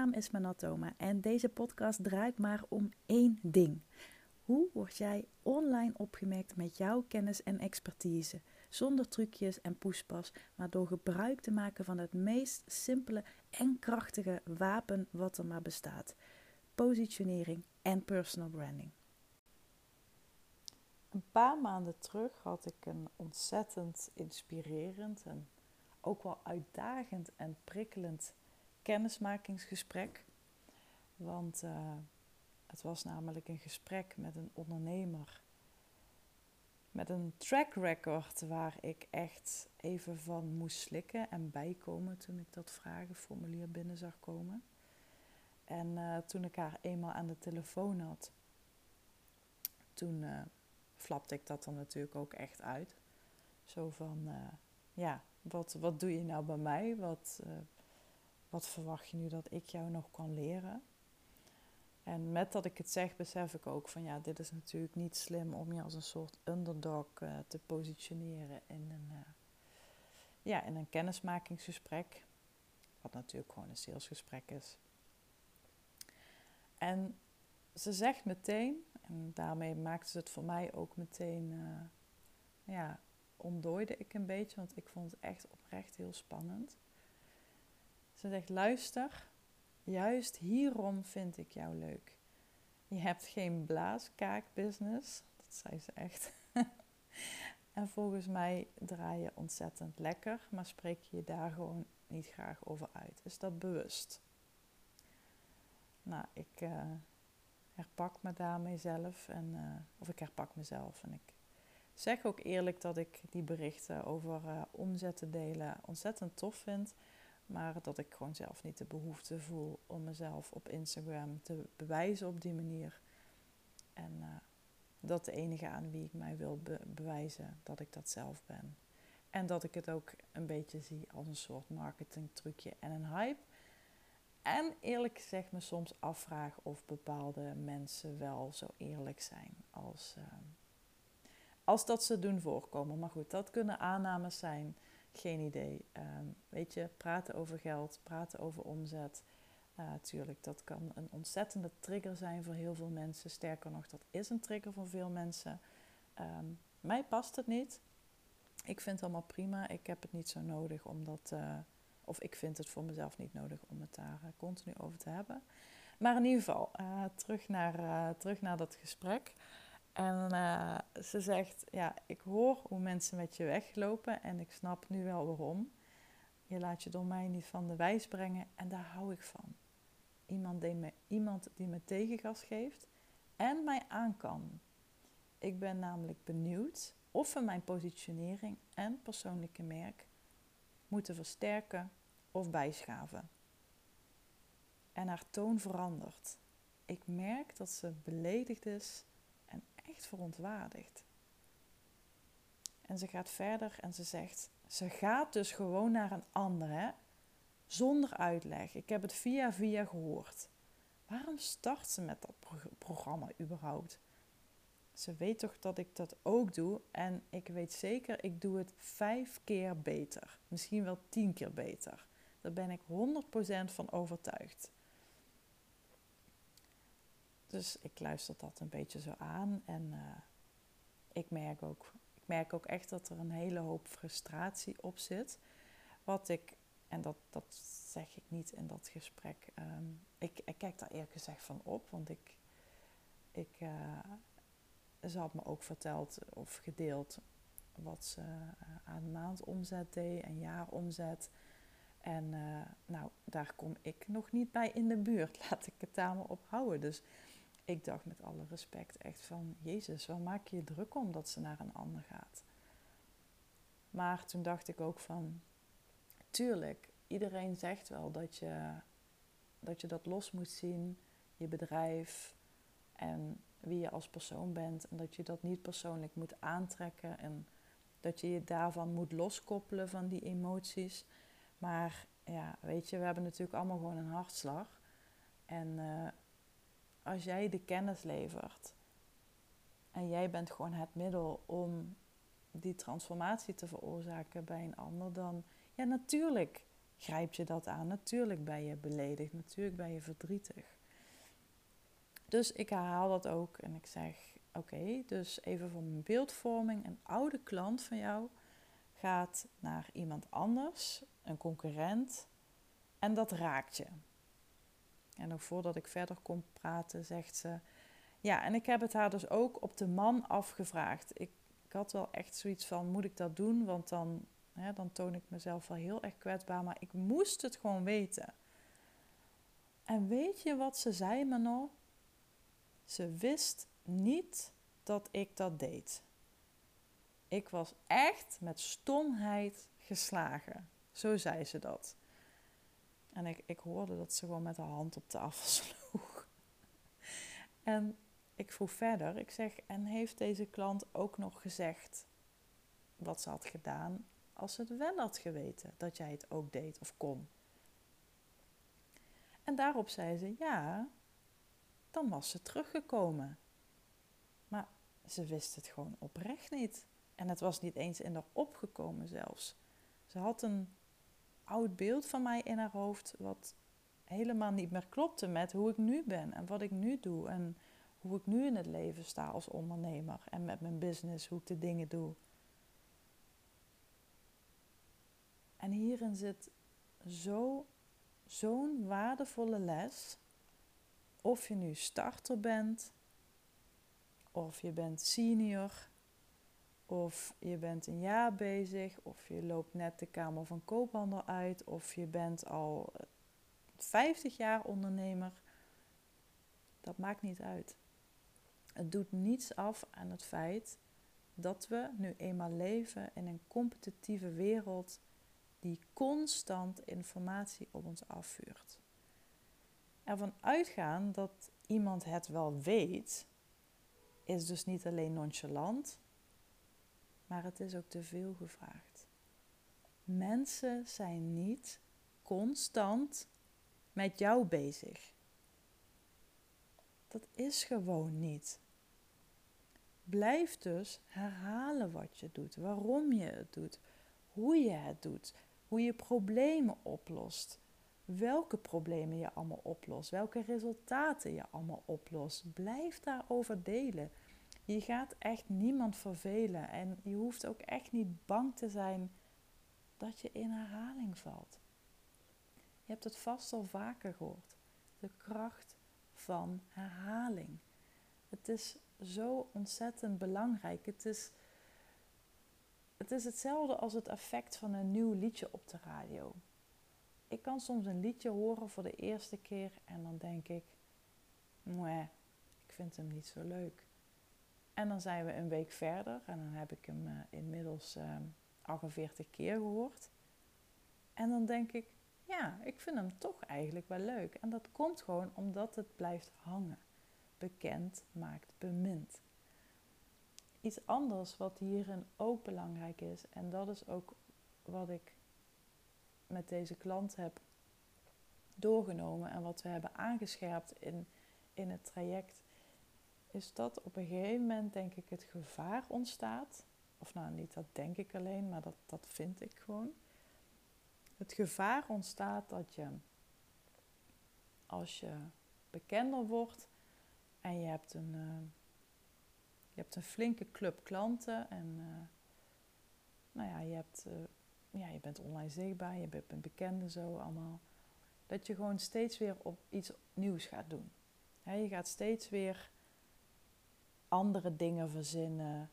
naam is Manatoma en deze podcast draait maar om één ding. Hoe word jij online opgemerkt met jouw kennis en expertise? Zonder trucjes en poespas, maar door gebruik te maken van het meest simpele en krachtige wapen wat er maar bestaat. Positionering en personal branding. Een paar maanden terug had ik een ontzettend inspirerend en ook wel uitdagend en prikkelend kennismakingsgesprek. Want het was namelijk een gesprek met een ondernemer met een track record waar ik echt even van moest slikken en bijkomen toen ik dat vragenformulier binnen zag komen. En toen ik haar eenmaal aan de telefoon had, toen flapte ik dat er natuurlijk ook echt uit. Zo van, wat doe je nou bij mij? Wat verwacht je nu dat ik jou nog kan leren? En met dat ik het zeg, besef ik ook van dit is natuurlijk niet slim om je als een soort underdog te positioneren in een kennismakingsgesprek. Wat natuurlijk gewoon een salesgesprek is. En ze zegt meteen, en daarmee maakte ze het voor mij ook meteen, ontdooide ik een beetje, want ik vond het echt oprecht heel spannend. Ze zegt, luister, juist hierom vind ik jou leuk. Je hebt geen blaaskaakbusiness, dat zei ze echt. En volgens mij draai je ontzettend lekker, maar spreek je je daar gewoon niet graag over uit. Is dat bewust? Nou, ik herpak me daarmee zelf, ik herpak mezelf. En ik zeg ook eerlijk dat ik die berichten over omzetten delen ontzettend tof vind. Maar dat ik gewoon zelf niet de behoefte voel om mezelf op Instagram te bewijzen op die manier. En dat de enige aan wie ik mij wil bewijzen, dat ik dat zelf ben. En dat ik het ook een beetje zie als een soort marketingtrucje en een hype. En eerlijk gezegd me soms afvraag of bepaalde mensen wel zo eerlijk zijn als dat ze doen voorkomen. Maar goed, dat kunnen aannames zijn. Geen idee. Weet je, praten over geld, praten over omzet. Tuurlijk, dat kan een ontzettende trigger zijn voor heel veel mensen. Sterker nog, dat is een trigger voor veel mensen. Mij past het niet. Ik vind het allemaal prima. Ik heb het niet zo nodig om dat... of ik vind het voor mezelf niet nodig om het daar continu over te hebben. Maar in ieder geval, terug naar dat gesprek. En ze zegt, ik hoor hoe mensen met je weglopen en ik snap nu wel waarom. Je laat je door mij niet van de wijs brengen en daar hou ik van. Iemand die me tegengas geeft en mij aan kan. Ik ben namelijk benieuwd of we mijn positionering en persoonlijke merk moeten versterken of bijschaven. En haar toon verandert. Ik merk dat ze beledigd is en echt verontwaardigd. En ze gaat verder en ze zegt, ze gaat dus gewoon naar een ander, hè? Zonder uitleg. Ik heb het via gehoord. Waarom start ze met dat programma überhaupt? Ze weet toch dat ik dat ook doe en ik weet zeker, ik doe het 5 keer beter. Misschien wel 10 keer beter. Daar ben ik 100% van overtuigd. Dus ik luister dat een beetje zo aan en ik merk ook echt dat er een hele hoop frustratie op zit. En dat zeg ik niet in dat gesprek. Ik kijk daar eerlijk gezegd van op, want ze had me ook verteld of gedeeld wat ze aan maandomzet deed en jaaromzet. En daar kom ik nog niet bij in de buurt. Laat ik het daar maar op houden. Dus ik dacht met alle respect echt van, Jezus, waar maak je je druk om dat ze naar een ander gaat? Maar toen dacht ik ook van, tuurlijk, iedereen zegt wel dat je dat los moet zien, je bedrijf en wie je als persoon bent. En dat je dat niet persoonlijk moet aantrekken en dat je je daarvan moet loskoppelen van die emoties. Maar weet je, we hebben natuurlijk allemaal gewoon een hartslag. En als jij de kennis levert en jij bent gewoon het middel om die transformatie te veroorzaken bij een ander, dan natuurlijk grijpt je dat aan. Natuurlijk ben je beledigd, natuurlijk ben je verdrietig. Dus ik herhaal dat ook en ik zeg, oké, dus even voor mijn beeldvorming. Een oude klant van jou gaat naar iemand anders, een concurrent, en dat raakt je. En nog voordat ik verder kon praten, zegt ze, ja, en ik heb het haar dus ook op de man afgevraagd. Ik had wel echt zoiets van, moet ik dat doen? Want dan toon ik mezelf wel heel erg kwetsbaar, maar ik moest het gewoon weten. En weet je wat ze zei, Manon? Ze wist niet dat ik dat deed. Ik was echt met stomheid geslagen. Zo zei ze dat. En ik hoorde dat ze gewoon met haar hand op tafel sloeg. En ik vroeg verder, ik zeg, en heeft deze klant ook nog gezegd wat ze had gedaan als ze het wel had geweten dat jij het ook deed of kon? En daarop zei ze, ja, dan was ze teruggekomen. Maar ze wist het gewoon oprecht niet. En het was niet eens in haar opgekomen zelfs. Ze had een oud beeld van mij in haar hoofd wat helemaal niet meer klopte met hoe ik nu ben en wat ik nu doe en hoe ik nu in het leven sta als ondernemer en met mijn business, hoe ik de dingen doe. En hierin zit zo'n waardevolle les. Of je nu starter bent, of je bent senior, of je bent een jaar bezig, of je loopt net de Kamer van Koophandel uit, of je bent al 50 jaar ondernemer. Dat maakt niet uit. Het doet niets af aan het feit dat we nu eenmaal leven in een competitieve wereld die constant informatie op ons afvuurt. Ervan uitgaan dat iemand het wel weet, is dus niet alleen nonchalant, maar het is ook te veel gevraagd. Mensen zijn niet constant met jou bezig. Dat is gewoon niet. Blijf dus herhalen wat je doet, waarom je het doet, hoe je het doet, hoe je problemen oplost, welke problemen je allemaal oplost, welke resultaten je allemaal oplost. Blijf daarover delen. Je gaat echt niemand vervelen en je hoeft ook echt niet bang te zijn dat je in herhaling valt. Je hebt het vast al vaker gehoord. De kracht van herhaling. Het is zo ontzettend belangrijk. Het is hetzelfde als het effect van een nieuw liedje op de radio. Ik kan soms een liedje horen voor de eerste keer en dan denk ik, ik vind hem niet zo leuk. En dan zijn we een week verder en dan heb ik hem inmiddels 48 keer gehoord. En dan denk ik, ja, ik vind hem toch eigenlijk wel leuk. En dat komt gewoon omdat het blijft hangen. Bekend maakt bemind. Iets anders wat hierin ook belangrijk is, en dat is ook wat ik met deze klant heb doorgenomen en wat we hebben aangescherpt in het traject, is dat op een gegeven moment denk ik het gevaar ontstaat. Of nou, niet dat denk ik alleen, maar dat vind ik gewoon. Het gevaar ontstaat dat je, als je bekender wordt en je hebt een flinke club klanten en je bent online zichtbaar, je bent een bekende zo allemaal, dat je gewoon steeds weer op iets nieuws gaat doen. Je gaat steeds weer andere dingen verzinnen,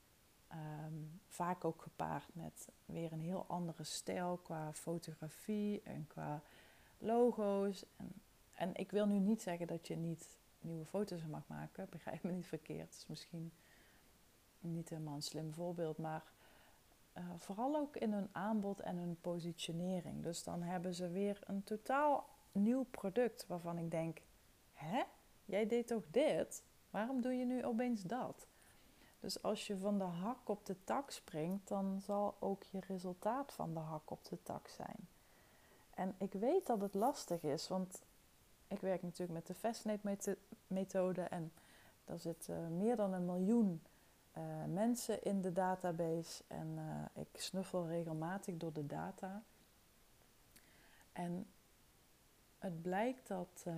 vaak ook gepaard met weer een heel andere stijl qua fotografie en qua logo's. En ik wil nu niet zeggen dat je niet nieuwe foto's mag maken, begrijp me niet verkeerd. Het is misschien niet helemaal een slim voorbeeld, maar vooral ook in hun aanbod en hun positionering. Dus dan hebben ze weer een totaal nieuw product waarvan ik denk, jij deed toch dit? Waarom doe je nu opeens dat? Dus als je van de hak op de tak springt, dan zal ook je resultaat van de hak op de tak zijn. En ik weet dat het lastig is, want ik werk natuurlijk met de Fastnet-methode en daar zitten meer dan 1 miljoen mensen in de database en ik snuffel regelmatig door de data. En het blijkt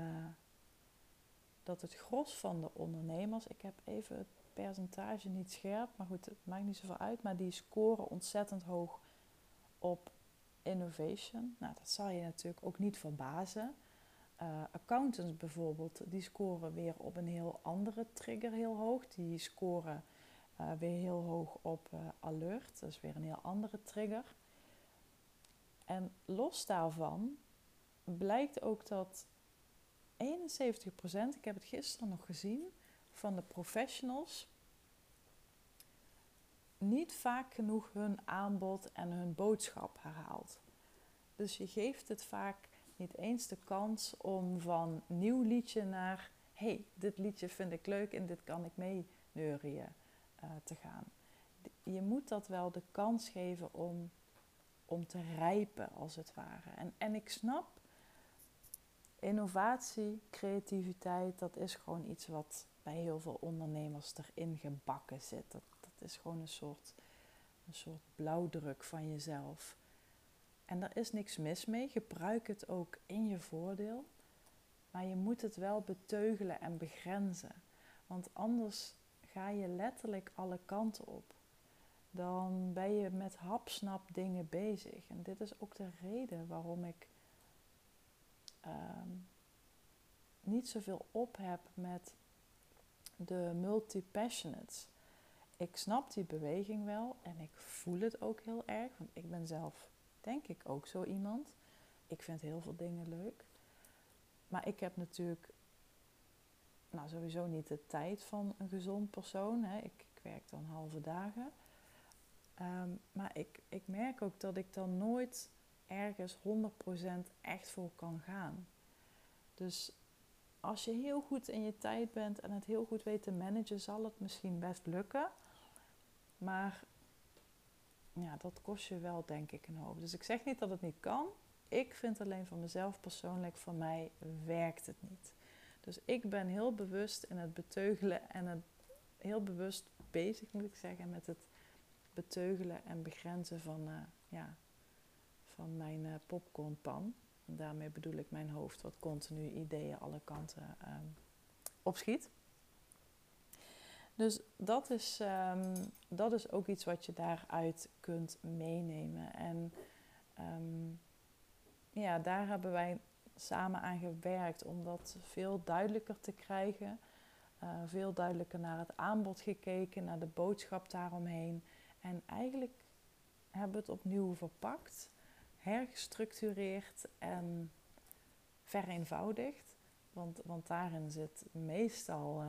dat het gros van de ondernemers, ik heb even het percentage niet scherp, maar goed, het maakt niet zoveel uit, maar die scoren ontzettend hoog op innovation. Nou, dat zal je natuurlijk ook niet verbazen. Accountants bijvoorbeeld, die scoren weer op een heel andere trigger heel hoog. Die scoren weer heel hoog op alert, dat is weer een heel andere trigger. En los daarvan blijkt ook dat 71%, ik heb het gisteren nog gezien, van de professionals niet vaak genoeg hun aanbod en hun boodschap herhaalt. Dus je geeft het vaak niet eens de kans om van nieuw liedje naar hey, dit liedje vind ik leuk en dit kan ik mee neurien te gaan. Je moet dat wel de kans geven om te rijpen als het ware. En ik snap, innovatie, creativiteit, dat is gewoon iets wat bij heel veel ondernemers erin gebakken zit. Dat is gewoon een soort blauwdruk van jezelf. En daar is niks mis mee. Gebruik het ook in je voordeel. Maar je moet het wel beteugelen en begrenzen. Want anders ga je letterlijk alle kanten op. Dan ben je met hapsnap dingen bezig. En dit is ook de reden waarom ik niet zoveel op heb met de multi-passionates. Ik snap die beweging wel en ik voel het ook heel erg. Want ik ben zelf, denk ik, ook zo iemand. Ik vind heel veel dingen leuk. Maar ik heb natuurlijk sowieso niet de tijd van een gezond persoon. Hè. Ik werk dan halve dagen. Maar ik merk ook dat ik dan nooit ergens 100% echt voor kan gaan. Dus als je heel goed in je tijd bent en het heel goed weet te managen, zal het misschien best lukken. Maar ja, dat kost je wel, denk ik, een hoop. Dus ik zeg niet dat het niet kan. Ik vind alleen van mezelf persoonlijk, voor mij werkt het niet. Dus ik ben heel bewust in het beteugelen en het heel bewust bezig, moet ik zeggen, met het beteugelen en begrenzen van mijn popcornpan. En daarmee bedoel ik mijn hoofd, wat continu ideeën alle kanten opschiet. Dus dat is ook iets wat je daaruit kunt meenemen. En daar hebben wij samen aan gewerkt om dat veel duidelijker te krijgen. Veel duidelijker naar het aanbod gekeken, naar de boodschap daaromheen. En eigenlijk hebben we het opnieuw verpakt, hergestructureerd en vereenvoudigd. Want daarin zit meestal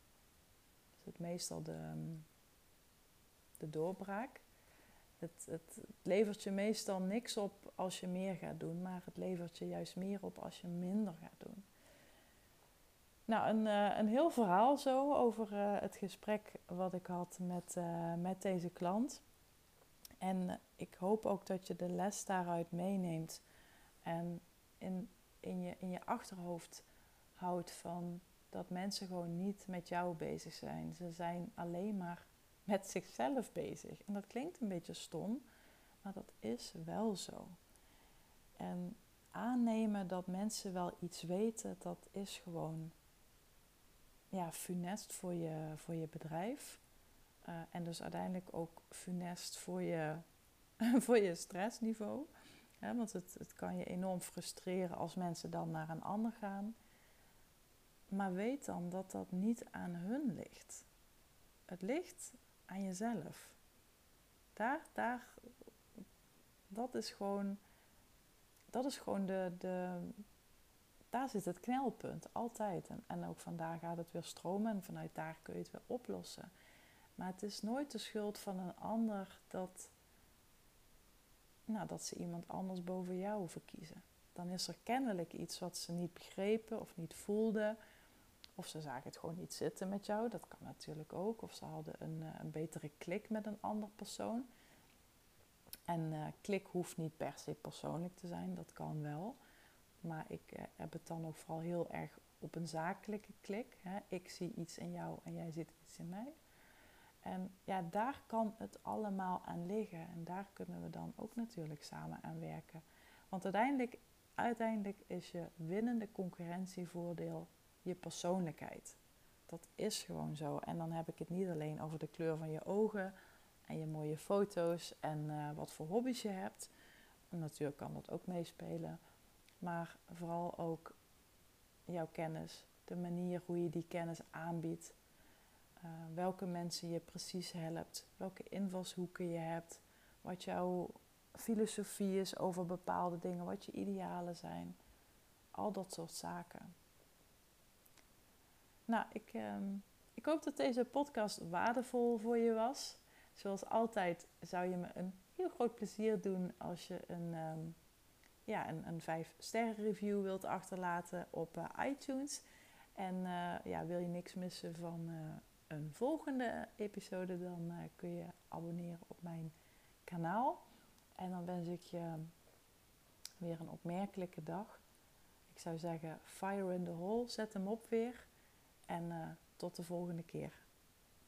de doorbraak. Het levert je meestal niks op als je meer gaat doen, maar het levert je juist meer op als je minder gaat doen. Nou, een heel verhaal zo over het gesprek wat ik had met deze klant. En ik hoop ook dat je de les daaruit meeneemt en in je achterhoofd houdt van dat mensen gewoon niet met jou bezig zijn. Ze zijn alleen maar met zichzelf bezig. En dat klinkt een beetje stom, maar dat is wel zo. En aannemen dat mensen wel iets weten, dat is gewoon funest voor je bedrijf. En dus uiteindelijk ook funest voor je stressniveau. Want het kan je enorm frustreren als mensen dan naar een ander gaan. Maar weet dan dat dat niet aan hun ligt. Het ligt aan jezelf. Dat is gewoon daar zit het knelpunt, altijd. En ook vandaar gaat het weer stromen en vanuit daar kun je het weer oplossen. Maar het is nooit de schuld van een ander dat ze iemand anders boven jou verkiezen. Dan is er kennelijk iets wat ze niet begrepen of niet voelden. Of ze zagen het gewoon niet zitten met jou, dat kan natuurlijk ook. Of ze hadden een betere klik met een ander persoon. En klik hoeft niet per se persoonlijk te zijn, dat kan wel. Maar ik heb het dan ook vooral heel erg op een zakelijke klik. Hè. Ik zie iets in jou en jij ziet iets in mij. En daar kan het allemaal aan liggen. En daar kunnen we dan ook natuurlijk samen aan werken. Want uiteindelijk uiteindelijk is je winnende concurrentievoordeel je persoonlijkheid. Dat is gewoon zo. En dan heb ik het niet alleen over de kleur van je ogen en je mooie foto's en wat voor hobby's je hebt. Natuurlijk kan dat ook meespelen. Maar vooral ook jouw kennis, de manier hoe je die kennis aanbiedt. Welke mensen je precies helpt, welke invalshoeken je hebt, wat jouw filosofie is over bepaalde dingen, wat je idealen zijn. Al dat soort zaken. Nou, ik hoop dat deze podcast waardevol voor je was. Zoals altijd zou je me een heel groot plezier doen als je een 5-sterren review wilt achterlaten op iTunes. En wil je niks missen van een volgende episode, dan kun je abonneren op mijn kanaal. En dan wens ik je weer een opmerkelijke dag. Ik zou zeggen, fire in the hole, zet hem op weer. En tot de volgende keer.